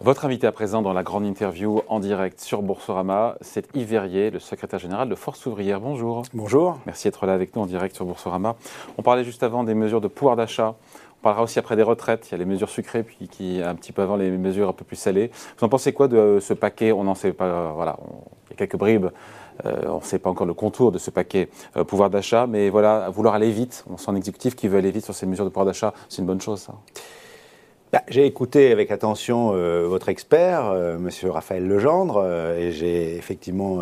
Votre invité à présent dans la grande interview en direct sur Boursorama, c'est Yves Verrier, le secrétaire général de Force Ouvrière. Bonjour. Bonjour. Merci d'être là avec nous en direct sur Boursorama. On parlait juste avant des mesures de pouvoir d'achat. On parlera aussi après des retraites. Il y a les mesures sucrées, puis un petit peu avant les mesures un peu plus salées. Vous en pensez quoi de ce paquet? On n'en sait pas. Voilà, il y a quelques bribes. On ne sait pas encore le contour de ce paquet pouvoir d'achat, mais voilà, à vouloir aller vite. On sent un exécutif qui veut aller vite sur ces mesures de pouvoir d'achat. C'est une bonne chose, ça. J'ai écouté avec attention votre expert, Monsieur Raphaël Legendre, et j'ai effectivement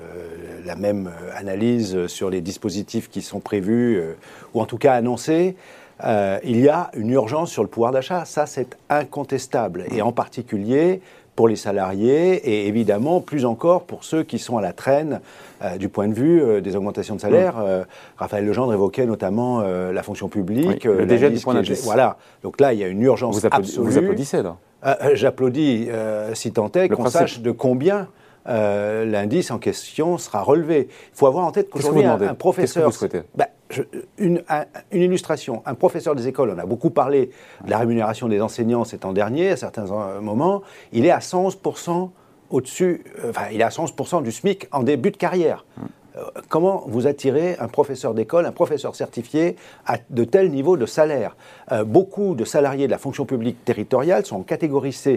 la même analyse sur les dispositifs qui sont prévus, ou en tout cas annoncés. Il y a une urgence sur le pouvoir d'achat, ça c'est incontestable, et en particulier pour les salariés, et évidemment plus encore pour ceux qui sont à la traîne du point de vue des augmentations de salaire. Raphaël Legendre évoquait notamment la fonction publique. Oui, le dégel du point d'indice. Voilà, donc là il y a une urgence absolue. Vous applaudissez là? J'applaudis si tant est qu'on sache de combien l'indice en question sera relevé. Il faut avoir en tête qu'aujourd'hui un professeur... Qu'est-ce que vous souhaitez? Une illustration. Un professeur des écoles, on a beaucoup parlé de la rémunération des enseignants ces temps derniers, à certains moments, il est à 111% au-dessus, il est à 111% du SMIC en début de carrière. Comment vous attirez un professeur d'école, un professeur certifié à de tels niveaux de salaire? Beaucoup de salariés de la fonction publique territoriale sont en catégorie C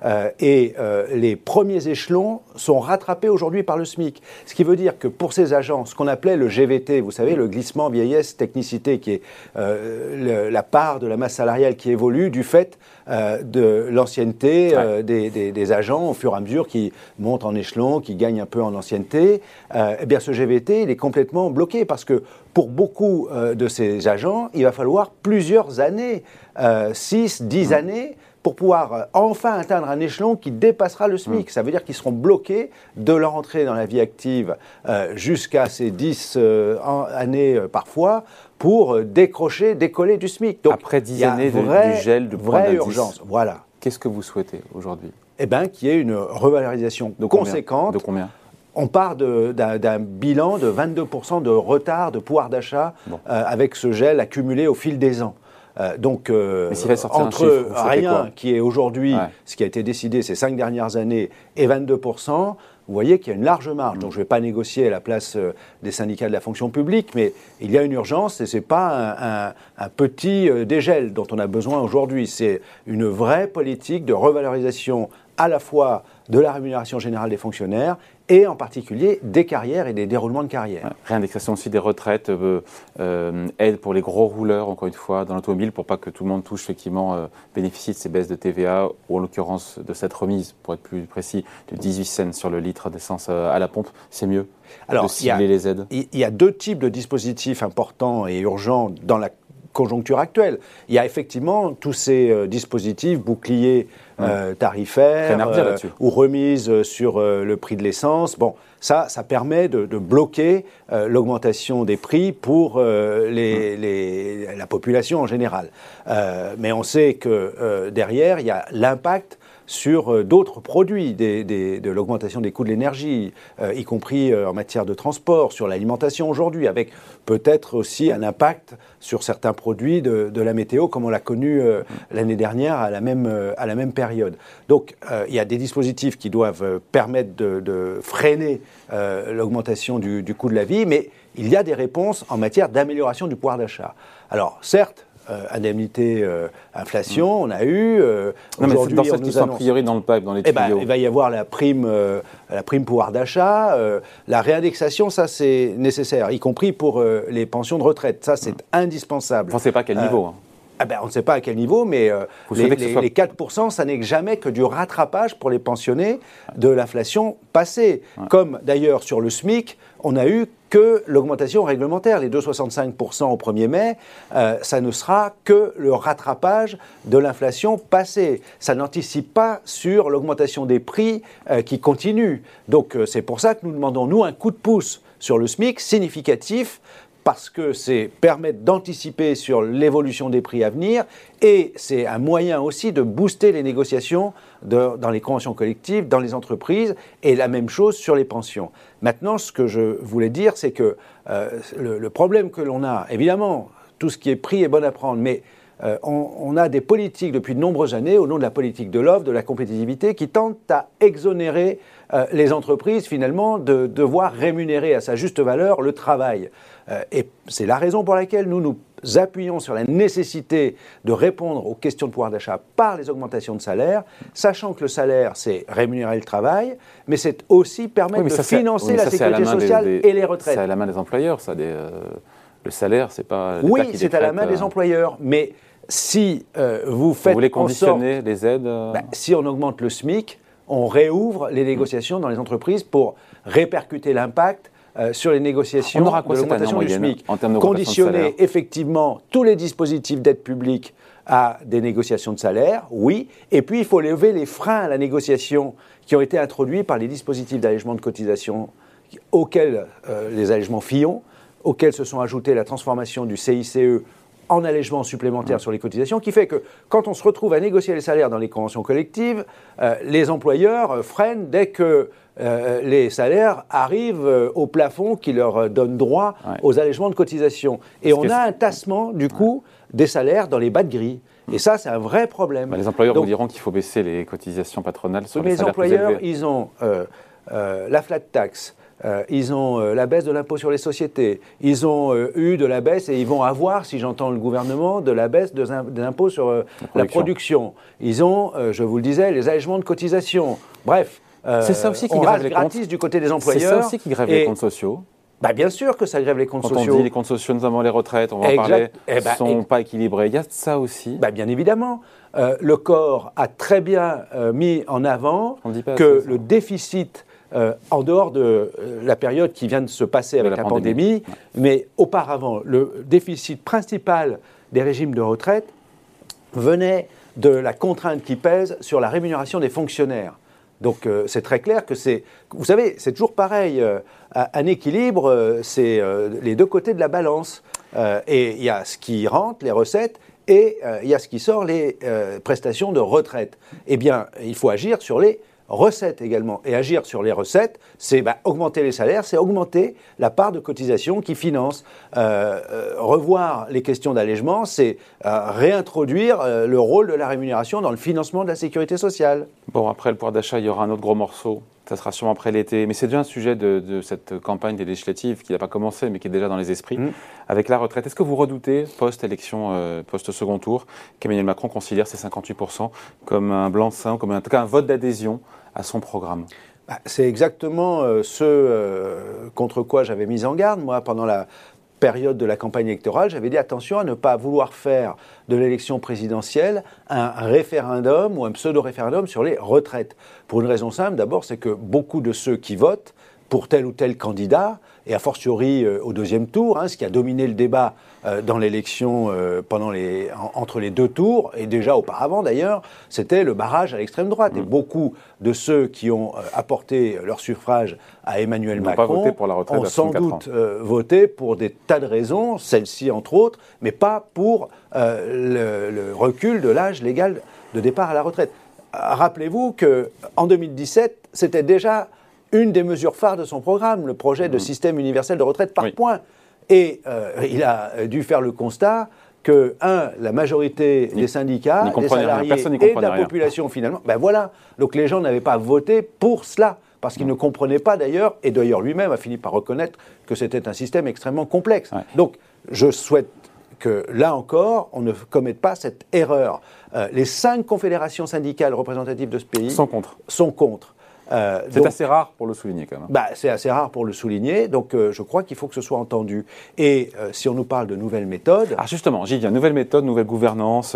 et les premiers échelons sont rattrapés aujourd'hui par le SMIC. Ce qui veut dire que pour ces agents, ce qu'on appelait le GVT, vous savez, le glissement vieillesse technicité, qui est la part de la masse salariale qui évolue du fait de l'ancienneté des agents au fur et à mesure qui montent en échelon, qui gagnent un peu en ancienneté, eh bien ce GVT, il est complètement bloqué parce que pour beaucoup de ces agents, il va falloir plusieurs années, 6, 10 années, pour pouvoir enfin atteindre un échelon qui dépassera le SMIC. Ça veut dire qu'ils seront bloqués de leur entrée dans la vie active jusqu'à ces 10 années parfois pour décoller du SMIC. Donc, après 10 années du gel du point d'indice, urgence. Voilà. Qu'est-ce que vous souhaitez aujourd'hui? Eh bien, qu'il y ait une revalorisation conséquente. De combien? On part d'un bilan de 22% de retard de pouvoir d'achat avec ce gel accumulé au fil des ans. Donc, entre rien qui est aujourd'hui, ce qui a été décidé ces 5 dernières années, et 22%, vous voyez qu'il y a une large marge. Donc, je ne vais pas négocier à la place des syndicats de la fonction publique, mais il y a une urgence et ce n'est pas un petit dégel dont on a besoin aujourd'hui. C'est une vraie politique de revalorisation à la fois de la rémunération générale des fonctionnaires et en particulier des carrières et des déroulements de carrière. Réindexation aussi des retraites, aide pour les gros rouleurs, encore une fois, dans l'automobile, pour pas que tout le monde touche, effectivement, bénéficie de ces baisses de TVA, ou en l'occurrence de cette remise, pour être plus précis, de 18 cents sur le litre d'essence à la pompe. C'est mieux de cibler les aides? Il y a deux types de dispositifs importants et urgents dans la conjoncture actuelle. Il y a effectivement tous ces dispositifs boucliers tarifaires ou remises sur le prix de l'essence. Bon, ça permet de bloquer l'augmentation des prix pour la population en général. Mais on sait que derrière, il y a l'impact sur d'autres produits de l'augmentation des coûts de l'énergie, y compris en matière de transport, sur l'alimentation aujourd'hui, avec peut-être aussi un impact sur certains produits de la météo, comme on l'a connu l'année dernière à la même période. Donc, il y a des dispositifs qui doivent permettre de freiner l'augmentation du coût de la vie, mais il y a des réponses en matière d'amélioration du pouvoir d'achat. Alors, certes, indemnité inflation, on a eu. Aujourd'hui, dans celles qui sont a priori dans le pipe, dans les tuyaux. Il va y avoir la prime pouvoir d'achat, la réindexation, ça c'est nécessaire, y compris pour les pensions de retraite. Ça c'est indispensable. On ne sait pas à quel niveau. On ne sait pas à quel niveau, mais les 4%, ça n'est jamais que du rattrapage pour les pensionnés de l'inflation passée. Comme d'ailleurs sur le SMIC, on a eu que l'augmentation réglementaire, les 2,65% au 1er mai, ça ne sera que le rattrapage de l'inflation passée. Ça n'anticipe pas sur l'augmentation des prix qui continue. Donc c'est pour ça que nous demandons, nous, un coup de pouce sur le SMIC significatif, parce que c'est permettre d'anticiper sur l'évolution des prix à venir et c'est un moyen aussi de booster les négociations dans les conventions collectives, dans les entreprises et la même chose sur les pensions. Maintenant, ce que je voulais dire, c'est que le problème que l'on a, évidemment, tout ce qui est prix est bon à prendre, mais on a des politiques depuis de nombreuses années, au nom de la politique de l'offre, de la compétitivité, qui tentent à exonérer les entreprises, finalement, de devoir rémunérer à sa juste valeur le travail. Et c'est la raison pour laquelle nous appuyons sur la nécessité de répondre aux questions de pouvoir d'achat par les augmentations de salaire, sachant que le salaire, c'est rémunérer le travail, mais c'est aussi permettre de financer la sécurité sociale et les retraites. C'est à la main des employeurs, ça. Le salaire, c'est pas... Oui, c'est à la main des employeurs, mais si vous faites voulez conditionner les aides si on augmente le SMIC, on réouvre les négociations dans les entreprises pour répercuter l'impact sur les négociations de l'augmentation du SMIC. En termes de conditionner effectivement tous les dispositifs d'aide publique à des négociations de salaire, oui. Et puis il faut lever les freins à la négociation qui ont été introduits par les dispositifs d'allègement de cotisation auxquels les allègements Fillon, auxquels se sont ajoutés la transformation du CICE en allègement supplémentaire sur les cotisations, qui fait que quand on se retrouve à négocier les salaires dans les conventions collectives, les employeurs freinent dès que les salaires arrivent au plafond qui leur donne droit aux allègements de cotisations. Et on a un tassement, du coup, des salaires dans les bas de grille. Et ça, c'est un vrai problème. Les employeurs vous diront qu'il faut baisser les cotisations patronales sur les salaires plus élevés. Les employeurs, ils ont la flat tax, ils ont la baisse de l'impôt sur les sociétés, ils ont eu de la baisse et ils vont avoir, si j'entends le gouvernement, de la baisse de l'impôt sur la production. Ils ont, je vous le disais, les allègements de cotisations. Bref, c'est ça aussi qui grève les comptes du côté des employeurs. C'est ça aussi qui grève les comptes sociaux. Bien sûr que ça grève les comptes sociaux. Quand on dit les comptes sociaux, notamment les retraites, on va en parler, ne sont pas équilibrés. Il y a ça aussi. Bien évidemment. Le corps a très bien mis en avant que le déficit, en dehors de la période qui vient de se passer avec la pandémie, mais auparavant, le déficit principal des régimes de retraite venait de la contrainte qui pèse sur la rémunération des fonctionnaires. Donc c'est très clair que c'est... Vous savez, c'est toujours pareil. Un équilibre, c'est les deux côtés de la balance. Et il y a ce qui rentre, les recettes, et il y a ce qui sort, les prestations de retraite. Eh bien, il faut agir sur les recettes également. Et agir sur les recettes, c'est augmenter les salaires, c'est augmenter la part de cotisation qui finance. Revoir les questions d'allègement, c'est réintroduire le rôle de la rémunération dans le financement de la sécurité sociale. Bon, après le pouvoir d'achat, il y aura un autre gros morceau. Ça sera sûrement après l'été. Mais c'est déjà un sujet de cette campagne des législatives qui n'a pas commencé, mais qui est déjà dans les esprits, avec la retraite. Est-ce que vous redoutez, post-élection, post-second tour, qu'Emmanuel Macron considère ces 58% comme un blanc-seing, comme en tout cas un vote d'adhésion à son programme ? C'est exactement ce contre quoi j'avais mis en garde, moi, pendant la période de la campagne électorale. J'avais dit attention à ne pas vouloir faire de l'élection présidentielle un référendum ou un pseudo-référendum sur les retraites. Pour une raison simple, d'abord, c'est que beaucoup de ceux qui votent pour tel ou tel candidat, et a fortiori au deuxième tour, ce qui a dominé le débat dans l'élection entre les deux tours, et déjà auparavant d'ailleurs, c'était le barrage à l'extrême droite. Et beaucoup de ceux qui ont apporté leur suffrage à Emmanuel Macron ont sans doute voté pour des tas de raisons, celle-ci entre autres, mais pas pour le recul de l'âge légal de départ à la retraite. Rappelez-vous qu'en 2017, c'était déjà une des mesures phares de son programme, le projet de système universel de retraite par points. Et il a dû faire le constat que, la majorité des syndicats, des salariés et de la population, finalement, voilà. Donc les gens n'avaient pas voté pour cela, parce qu'ils ne comprenaient pas d'ailleurs, et d'ailleurs lui-même a fini par reconnaître que c'était un système extrêmement complexe. Donc je souhaite que, là encore, on ne commette pas cette erreur. Les 5 confédérations syndicales représentatives de ce pays sont contre. C'est assez rare pour le souligner quand même. C'est assez rare pour le souligner, donc je crois qu'il faut que ce soit entendu. Et si on nous parle de nouvelles méthodes... Alors justement, j'y viens, nouvelle méthode, nouvelle gouvernance.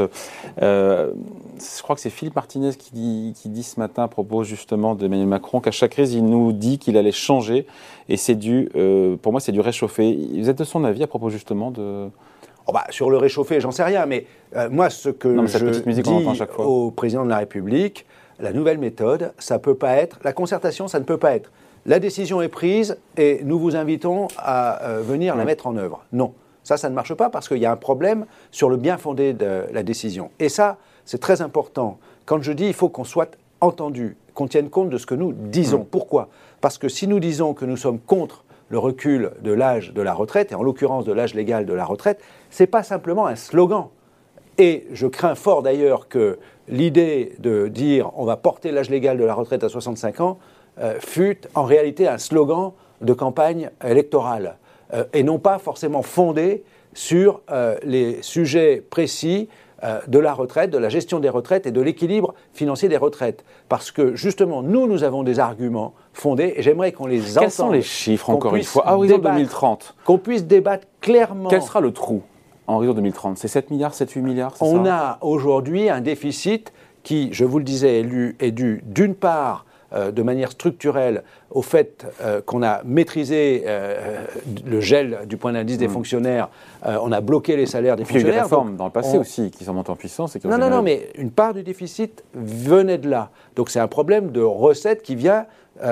Je crois que c'est Philippe Martinez qui dit ce matin à propos justement d'Emmanuel Macron qu'à chaque crise, il nous dit qu'il allait changer, et c'est pour moi c'est du réchauffé. Vous êtes de son avis à propos justement de... sur le réchauffé, j'en sais rien, mais moi ce que je dis au président de la République... La nouvelle méthode, ça peut pas être... La concertation, ça ne peut pas être. La décision est prise et nous vous invitons à venir la mettre en œuvre. Non, ça ne marche pas parce qu'il y a un problème sur le bien fondé de la décision. Et ça, c'est très important. Quand je dis il faut qu'on soit entendu, qu'on tienne compte de ce que nous disons. Pourquoi ? Parce que si nous disons que nous sommes contre le recul de l'âge de la retraite, et en l'occurrence de l'âge légal de la retraite, ce n'est pas simplement un slogan. Et je crains fort d'ailleurs que l'idée de dire on va porter l'âge légal de la retraite à 65 ans fut en réalité un slogan de campagne électorale et non pas forcément fondé sur les sujets précis de la retraite, de la gestion des retraites et de l'équilibre financier des retraites. Parce que justement, nous avons des arguments fondés et j'aimerais qu'on les entende. Quels sont les chiffres, encore une fois, à horizon 2030 ? Qu'on puisse débattre clairement. Quel sera le trou en horizon 2030 ? C'est 7 milliards, 7-8 milliards, c'est On ça ? a aujourd'hui un déficit qui, je vous le disais, est dû d'une part de manière structurelle au fait qu'on a maîtrisé le gel du point d'indice des fonctionnaires, on a bloqué les salaires des fonctionnaires. Il y a eu des réformes dans le passé aussi qui sont montées en puissance. Et qui non, mais une part du déficit venait de là. Donc c'est un problème de recettes qui vient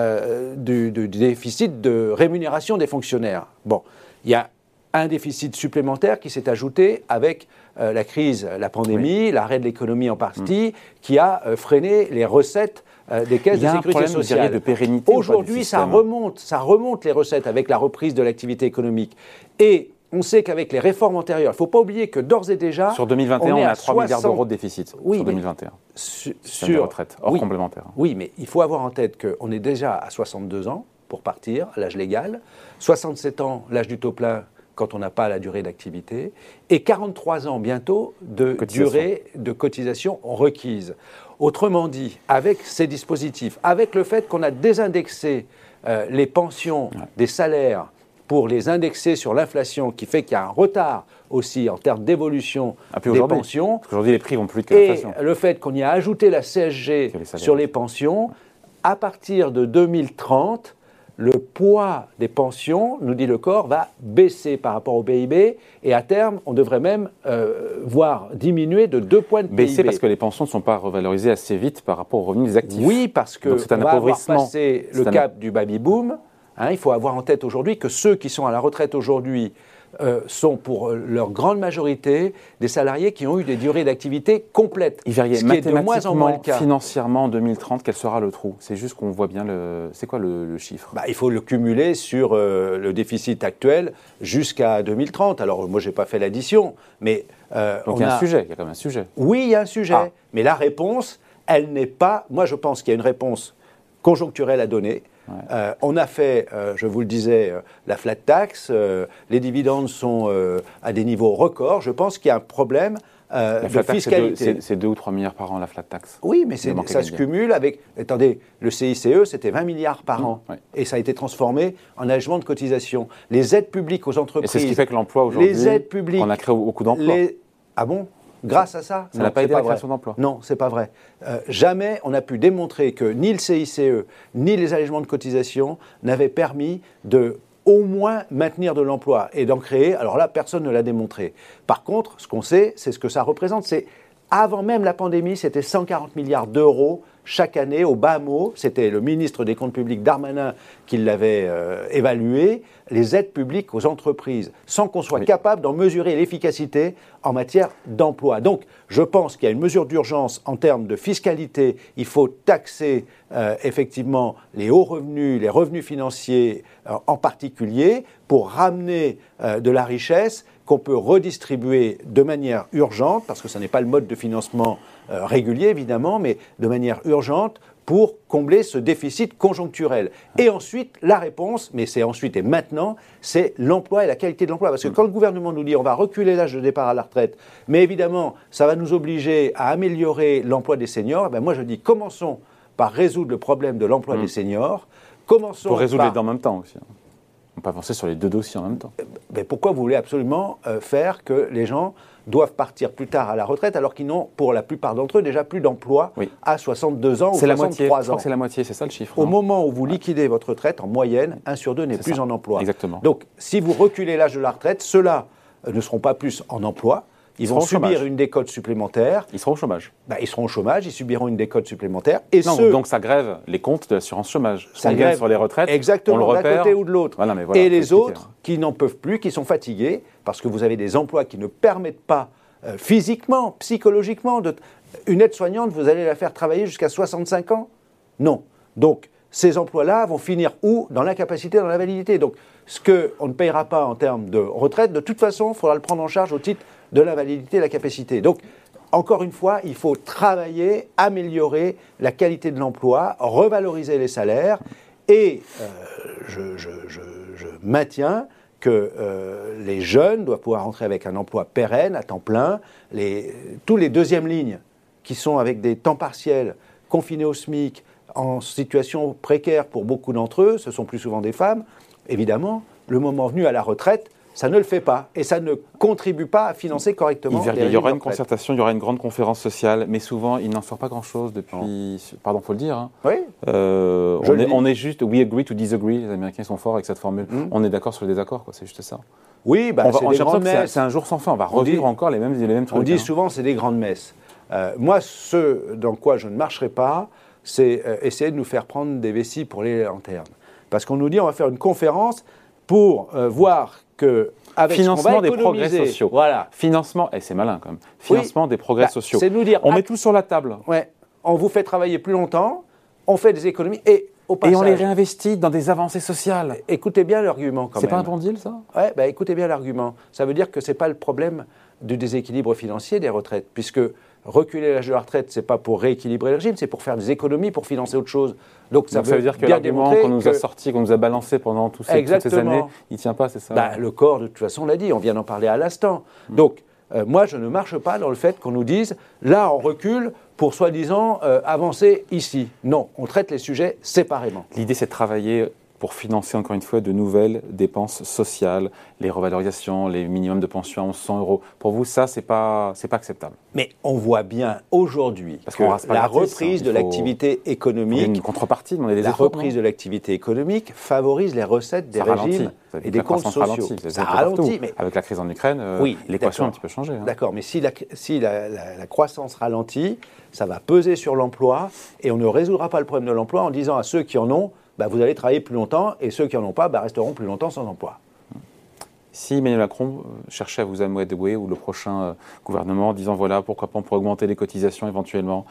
du déficit de rémunération des fonctionnaires. Bon, il y a un déficit supplémentaire qui s'est ajouté avec la crise, la pandémie, l'arrêt de l'économie en partie, qui a freiné les recettes des caisses de sécurité sociale. De pérennité. Aujourd'hui, ça remonte les recettes avec la reprise de l'activité économique. Et on sait qu'avec les réformes antérieures, il ne faut pas oublier que d'ores et déjà... Sur 2021, on a 3 milliards d'euros de déficit. Oui, sur 2021. Sur retraite, hors complémentaire. Oui, mais il faut avoir en tête qu'on est déjà à 62 ans pour partir, à l'âge légal, 67 ans, l'âge du taux plein, quand on n'a pas la durée d'activité, et 43 ans bientôt de durée de cotisation requise. Autrement dit, avec ces dispositifs, avec le fait qu'on a désindexé les pensions des salaires pour les indexer sur l'inflation, qui fait qu'il y a un retard aussi en termes d'évolution des pensions. Parce qu'aujourd'hui, les prix vont plus vite que l'inflation. Et le fait qu'on y a ajouté la CSG sur les pensions, à partir de 2030, le poids des pensions, nous dit le corps, va baisser par rapport au PIB et à terme, on devrait même voir diminuer de 2 points de PIB. Baisser parce que les pensions ne sont pas revalorisées assez vite par rapport aux revenus des actifs. Oui, parce qu'on va avoir passé le cap du baby-boom. Il faut avoir en tête aujourd'hui que ceux qui sont à la retraite aujourd'hui sont pour leur grande majorité des salariés qui ont eu des durées d'activité complètes. Ce qui est de moins en moins le cas. Financièrement, en 2030, quel sera le trou ? C'est juste qu'on voit bien c'est quoi le chiffre ? Il faut le cumuler sur le déficit actuel jusqu'à 2030. Alors, moi, je n'ai pas fait l'addition, mais... Donc, il y a un sujet, il y a quand même un sujet. Oui, il y a un sujet, mais la réponse, elle n'est pas... Moi, je pense qu'il y a une réponse conjoncturelle à donner. On a fait, je vous le disais, la flat tax, les dividendes sont à des niveaux records. Je pense qu'il y a un problème de fiscalité. C'est 2 ou 3 milliards par an la flat tax. Oui, mais ça se cumule avec... Attendez, le CICE, c'était 20 milliards par an. Et ça a été transformé en allègement de cotisation. Les aides publiques aux entreprises... Et c'est ce qui fait que l'emploi aujourd'hui, les aides publiques, on a créé beaucoup d'emplois. Ah bon ? Grâce à ça ? Ça n'a pas aidé la création d'emplois. Non, c'est pas vrai. Jamais on a pu démontrer que ni le CICE, ni les allègements de cotisation n'avaient permis de au moins maintenir de l'emploi et d'en créer. Alors là, personne ne l'a démontré. Par contre, ce qu'on sait, c'est ce que ça représente. C'est avant même la pandémie, c'était 140 milliards d'euros chaque année au bas mot. C'était le ministre des Comptes publics Darmanin qui l'avait évalué, les aides publiques aux entreprises, sans qu'on soit capable d'en mesurer l'efficacité en matière d'emploi. Donc, je pense qu'il y a une mesure d'urgence en termes de fiscalité. Il faut taxer effectivement les hauts revenus, les revenus financiers en particulier, pour ramener de la richesse qu'on peut redistribuer de manière urgente, parce que ce n'est pas le mode de financement régulier évidemment, mais de manière urgente pour combler ce déficit conjoncturel. Et ensuite, la réponse, mais c'est ensuite et maintenant, c'est l'emploi et la qualité de l'emploi. Parce que quand le gouvernement nous dit on va reculer l'âge de départ à la retraite, mais évidemment, ça va nous obliger à améliorer l'emploi des seniors, moi je dis commençons par résoudre le problème de l'emploi des seniors. Pour résoudre les deux en même temps aussi. On peut avancer sur les deux dossiers en même temps. Mais pourquoi vous voulez absolument faire que les gens doivent partir plus tard à la retraite alors qu'ils n'ont, pour la plupart d'entre eux, déjà plus d'emploi à 62 ans ou 63 ans. Je crois que c'est la moitié, c'est ça le chiffre. Au moment où vous liquidez votre retraite, en moyenne, 1 sur 2 n'est plus en emploi. Exactement. Donc, si vous reculez l'âge de la retraite, ceux-là ne seront pas plus en emploi. Ils vont subir une décote supplémentaire. Ils seront au chômage. Ils seront au chômage, ils subiront une décote supplémentaire. Et donc ça grève les comptes de l'assurance chômage. Ça grève sur les retraites, exactement, d'un côté ou de l'autre. Voilà, et les autres qui n'en peuvent plus, qui sont fatigués, parce que vous avez des emplois qui ne permettent pas physiquement, psychologiquement, une aide-soignante, vous allez la faire travailler jusqu'à 65 ans ? Non. Donc, ces emplois-là vont finir où? Dans l'incapacité, dans l'invalidité. Donc, ce qu'on ne payera pas en termes de retraite, de toute façon, il faudra le prendre en charge au titre de l'invalidité et la capacité. Donc, encore une fois, il faut travailler, améliorer la qualité de l'emploi, revaloriser les salaires. Et je maintiens que les jeunes doivent pouvoir rentrer avec un emploi pérenne, à temps plein. Tous les deuxièmes lignes qui sont avec des temps partiels, confinés au SMIC, en situation précaire pour beaucoup d'entre eux, ce sont plus souvent des femmes. Évidemment, le moment venu à la retraite, ça ne le fait pas. Et ça ne contribue pas à financer correctement les il y aura une concertation, il y aura une grande conférence sociale, mais souvent, il n'en sort pas grand-chose depuis... Pardon, il faut le dire. Hein. Oui. On est juste « we agree to disagree ». Les Américains sont forts avec cette formule. On est d'accord sur le désaccord, quoi. C'est juste ça. Oui, c'est des grandes messes. C'est un jour sans fin. On va revivre encore les mêmes trucs. On dit souvent c'est des grandes messes. Moi, ce dans quoi je ne marcherai pas, c'est essayer de nous faire prendre des vessies pour les lanternes. Parce qu'on nous dit on va faire une conférence pour voir que avec financement des progrès sociaux. Voilà. Financement, et c'est malin quand même. Financement des progrès sociaux. C'est nous dire on met tout sur la table. Ouais. On vous fait travailler plus longtemps, on fait des économies et au passage, et on les réinvestit dans des avancées sociales. Écoutez bien l'argument quand même. C'est pas un bon deal ça? Ouais, écoutez bien l'argument. Ça veut dire que c'est pas le problème du déséquilibre financier des retraites, puisque reculer l'âge de la retraite, c'est pas pour rééquilibrer le régime, c'est pour faire des économies, pour financer autre chose. Donc ça veut dire que bien l'argument qu'on nous a sorti, qu'on nous a balancé pendant toutes ces années, il tient pas, c'est ça? Le corps, de toute façon, l'a dit, on vient d'en parler à l'instant. Donc, moi, je ne marche pas dans le fait qu'on nous dise, là, on recule pour soi-disant avancer ici. Non, on traite les sujets séparément. L'idée, c'est de travailler pour financer, encore une fois, de nouvelles dépenses sociales, les revalorisations, les minimums de pension à 1100 €. Pour vous, ça, c'est pas acceptable. Mais on voit bien aujourd'hui que la reprise de l'activité économique, une contrepartie, la reprise de l'activité économique favorise les recettes des régimes et des comptes sociaux. Ça ralentit. Mais avec la crise en Ukraine, l'équation a un petit peu changé. Hein. D'accord, mais si la croissance ralentit, ça va peser sur l'emploi et on ne résoudra pas le problème de l'emploi en disant à ceux qui en ont, vous allez travailler plus longtemps, et ceux qui n'en ont pas resteront plus longtemps sans emploi. Si Emmanuel Macron cherchait à vous amadouer, ou le prochain gouvernement, en disant voilà, pourquoi pas on pourrait augmenter les cotisations éventuellement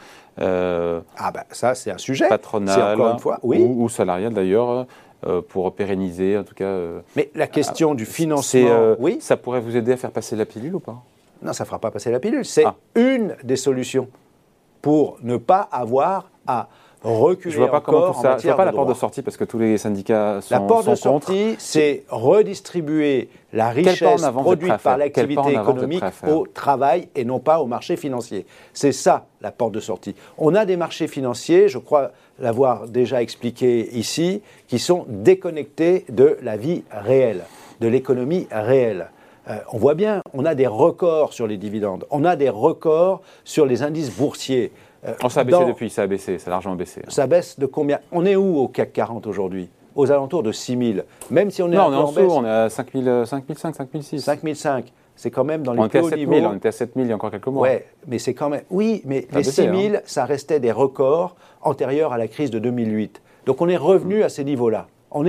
ça c'est un sujet. Patronal, encore une fois, ou salarial d'ailleurs, pour pérenniser en tout cas. Mais la question du financement, ça pourrait vous aider à faire passer la pilule ou pas? Non, ça ne fera pas passer la pilule. C'est une des solutions pour ne pas avoir à reculer. Je vois pas encore comment tout ça. Je vois pas la porte de sortie parce que tous les syndicats sont contre. La porte de sortie, c'est redistribuer la richesse produite par l'activité économique au travail et non pas au marché financier. C'est ça la porte de sortie. On a des marchés financiers, je crois l'avoir déjà expliqué ici, qui sont déconnectés de la vie réelle, de l'économie réelle. On voit bien, on a des records sur les dividendes, on a des records sur les indices boursiers. Ça a baissé depuis, ça a largement baissé. Ça baisse de combien? On est où au CAC 40 aujourd'hui? Aux alentours de 6 000. Même si on est on est en dessous, on est à 5 500, 5 600. 5 500. C'est quand même dans les plus hauts niveaux. On était à 7 000 il y a encore quelques mois. Ouais, mais c'est quand même... Oui, mais les 6 000, ça restait des records antérieurs à la crise de 2008. Donc on est revenu à ces niveaux-là.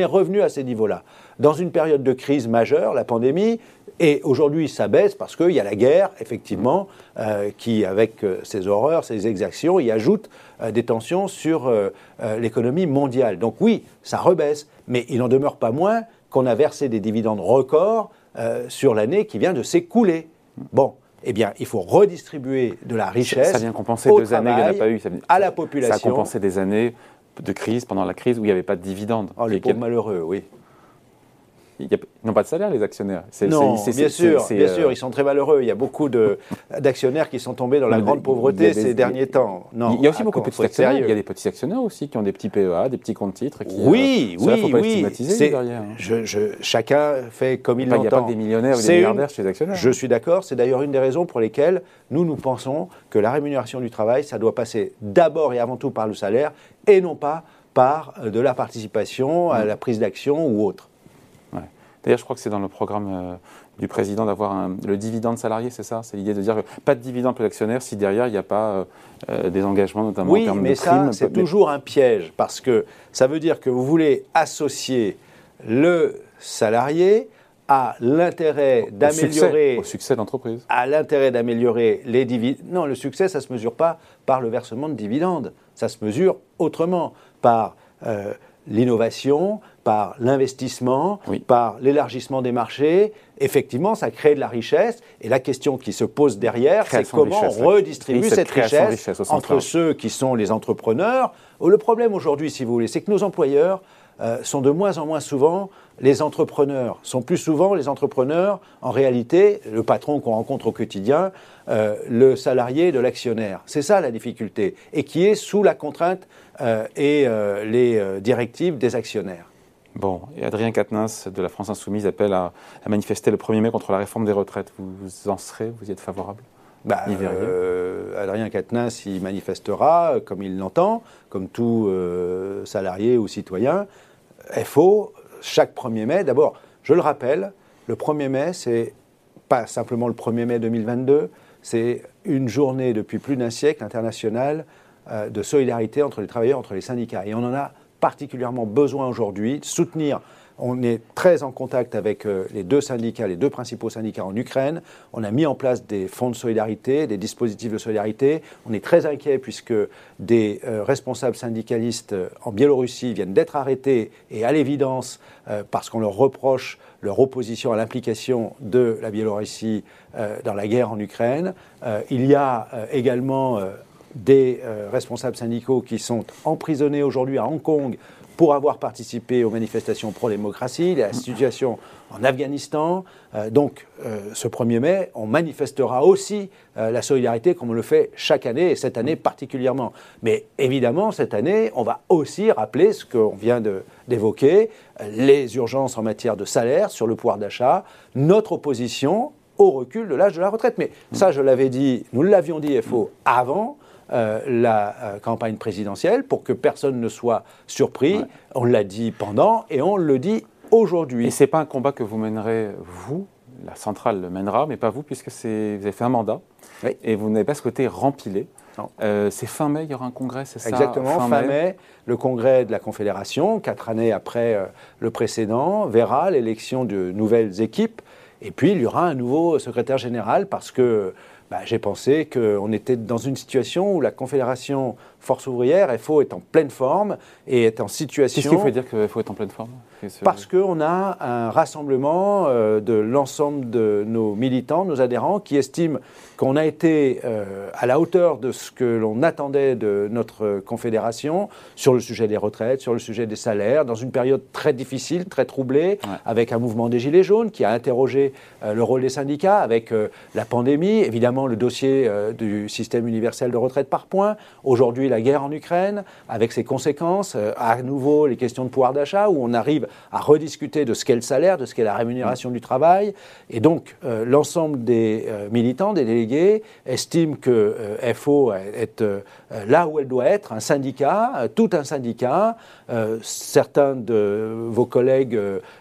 Dans une période de crise majeure, la pandémie, et aujourd'hui ça baisse parce qu'il y a la guerre, effectivement, qui, avec ses horreurs, ses exactions, y ajoute des tensions sur l'économie mondiale. Donc oui, ça rebaisse, mais il n'en demeure pas moins qu'on a versé des dividendes records sur l'année qui vient de s'écouler. Bon, eh bien, il faut redistribuer de la richesse. Ça vient compenser 2 années, il n'y en a pas eu. À la population. Ça a compensé des années de crise, pendant la crise, où il n'y avait pas de dividendes. Les pauvres malheureux, oui. Ils n'ont pas de salaire, les actionnaires. Bien sûr, ils sont très malheureux. Il y a beaucoup d'actionnaires qui sont tombés dans la grande pauvreté ces derniers temps. Non, il y a aussi beaucoup de petits actionnaires. Il y a des petits actionnaires aussi qui ont des petits PEA, des petits comptes titres. Oui. Faut pas stigmatiser derrière. Chacun fait comme il l'entend. Il n'y a pas des millionnaires ou des milliardaires chez les actionnaires. Je suis d'accord. C'est d'ailleurs une des raisons pour lesquelles nous pensons que la rémunération du travail, ça doit passer d'abord et avant tout par le salaire et non pas par de la participation, à la prise d'action ou autre. D'ailleurs, je crois que c'est dans le programme du président d'avoir le dividende salarié, c'est ça? C'est l'idée de dire que pas de dividende pour l'actionnaire si derrière il n'y a pas des engagements, notamment en termes de primes. Oui, mais ça, c'est toujours un piège, parce que ça veut dire que vous voulez associer le salarié à l'intérêt d'améliorer... Au succès de l'entreprise. À l'intérêt d'améliorer les dividendes. Non, le succès, ça ne se mesure pas par le versement de dividendes. Ça se mesure autrement, par l'innovation, par l'investissement, Oui. par l'élargissement des marchés. Effectivement, ça crée de la richesse. Et la question qui se pose derrière, c'est Création de comment richesse, on redistribue oui, cette création de richesse richesse au sens entre large. ceux qui sont les entrepreneurs. Le problème aujourd'hui, si vous voulez, c'est que nos employeurs sont de moins en moins souvent les entrepreneurs. Sont plus souvent les entrepreneurs, en réalité, le patron qu'on rencontre au quotidien, le salarié de l'actionnaire. C'est ça la difficulté. Et qui est sous la contrainte et les directives des actionnaires. Bon, et Adrien Quatennens de la France Insoumise appelle à manifester le 1er mai contre la réforme des retraites. Vous en serez, vous y êtes favorable? Adrien Quatennens, il manifestera comme il l'entend, comme tout salarié ou citoyen. FO, chaque 1er mai, d'abord, je le rappelle, le 1er mai, c'est pas simplement le 1er mai 2022, c'est une journée depuis plus d'un siècle internationale de solidarité entre les travailleurs, entre les syndicats. Et on en a particulièrement besoin aujourd'hui de soutenir. On est très en contact avec les deux syndicats, les deux principaux syndicats en Ukraine. On a mis en place des fonds de solidarité, des dispositifs de solidarité. On est très inquiet puisque des responsables syndicalistes en Biélorussie viennent d'être arrêtés et à l'évidence, parce qu'on leur reproche leur opposition à l'implication de la Biélorussie dans la guerre en Ukraine. Il y a également des responsables syndicaux qui sont emprisonnés aujourd'hui à Hong Kong pour avoir participé aux manifestations pro-démocratie, la situation en Afghanistan. Donc, ce 1er mai, on manifestera aussi la solidarité comme on le fait chaque année, et cette année particulièrement. Mais évidemment, cette année, on va aussi rappeler ce qu'on vient d'évoquer, les urgences en matière de salaire, sur le pouvoir d'achat, notre opposition au recul de l'âge de la retraite. Mais ça, je l'avais dit, nous l'avions dit, FO, avant la campagne présidentielle, pour que personne ne soit surpris. Ouais. On l'a dit pendant et on le dit aujourd'hui. Et ce n'est pas un combat que vous mènerez, vous, la centrale le mènera, mais pas vous, puisque vous avez fait un mandat, oui. Et vous n'avez pas souhaité rempiler. C'est fin mai, il y aura un congrès, c'est ça? Exactement, fin mai, le congrès de la Confédération, 4 années après le précédent, verra l'élection de nouvelles équipes. Et puis, il y aura un nouveau secrétaire général parce que j'ai pensé qu'on était dans une situation où la Confédération Force Ouvrière, FO, est en pleine forme et est en situation... Qu'est-ce qu'il faut dire que FO est en pleine forme? Parce qu'on a un rassemblement de l'ensemble de nos militants, nos adhérents, qui estiment qu'on a été à la hauteur de ce que l'on attendait de notre confédération sur le sujet des retraites, sur le sujet des salaires, dans une période très difficile, très troublée, ouais. Avec un mouvement des Gilets jaunes qui a interrogé le rôle des syndicats, avec la pandémie, évidemment le dossier du système universel de retraite par points, aujourd'hui la guerre en Ukraine, avec ses conséquences, à nouveau les questions de pouvoir d'achat, où on arrive à rediscuter de ce qu'est le salaire, de ce qu'est la rémunération du travail. Et donc, l'ensemble des militants, des délégués, estiment que FO est là où elle doit être, un syndicat, tout un syndicat. Certains de vos collègues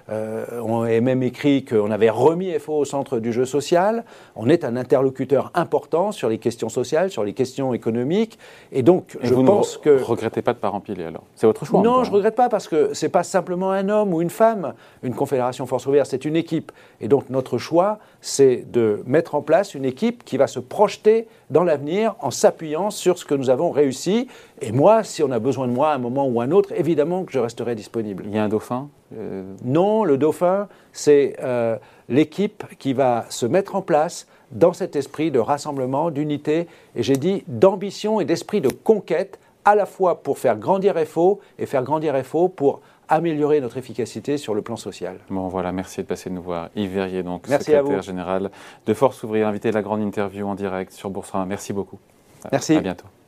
ont même écrit qu'on avait remis FO au centre du jeu social. On est un interlocuteur important sur les questions sociales, sur les questions économiques. Et donc, je pense que... Vous ne regrettez pas de ne pas rempiler alors? C'est votre choix? Non, je ne regrette pas parce que ce n'est pas simplement un homme ou une femme. Une confédération Force Ouvrière, c'est une équipe. Et donc, notre choix, c'est de mettre en place une équipe qui va se projeter dans l'avenir en s'appuyant sur ce que nous avons réussi. Et moi, si on a besoin de moi à un moment ou à un autre, évidemment que je resterai disponible. Il y a un dauphin? Non, le dauphin, c'est l'équipe qui va se mettre en place dans cet esprit de rassemblement, d'unité, et j'ai dit d'ambition et d'esprit de conquête, à la fois pour faire grandir FO et faire grandir FO pour améliorer notre efficacité sur le plan social. Bon voilà, merci de passer nous voir. Yves Verrier, donc merci secrétaire général de Force Ouvrière, invité de la grande interview en direct sur Boursorama. Merci beaucoup. Merci. À bientôt.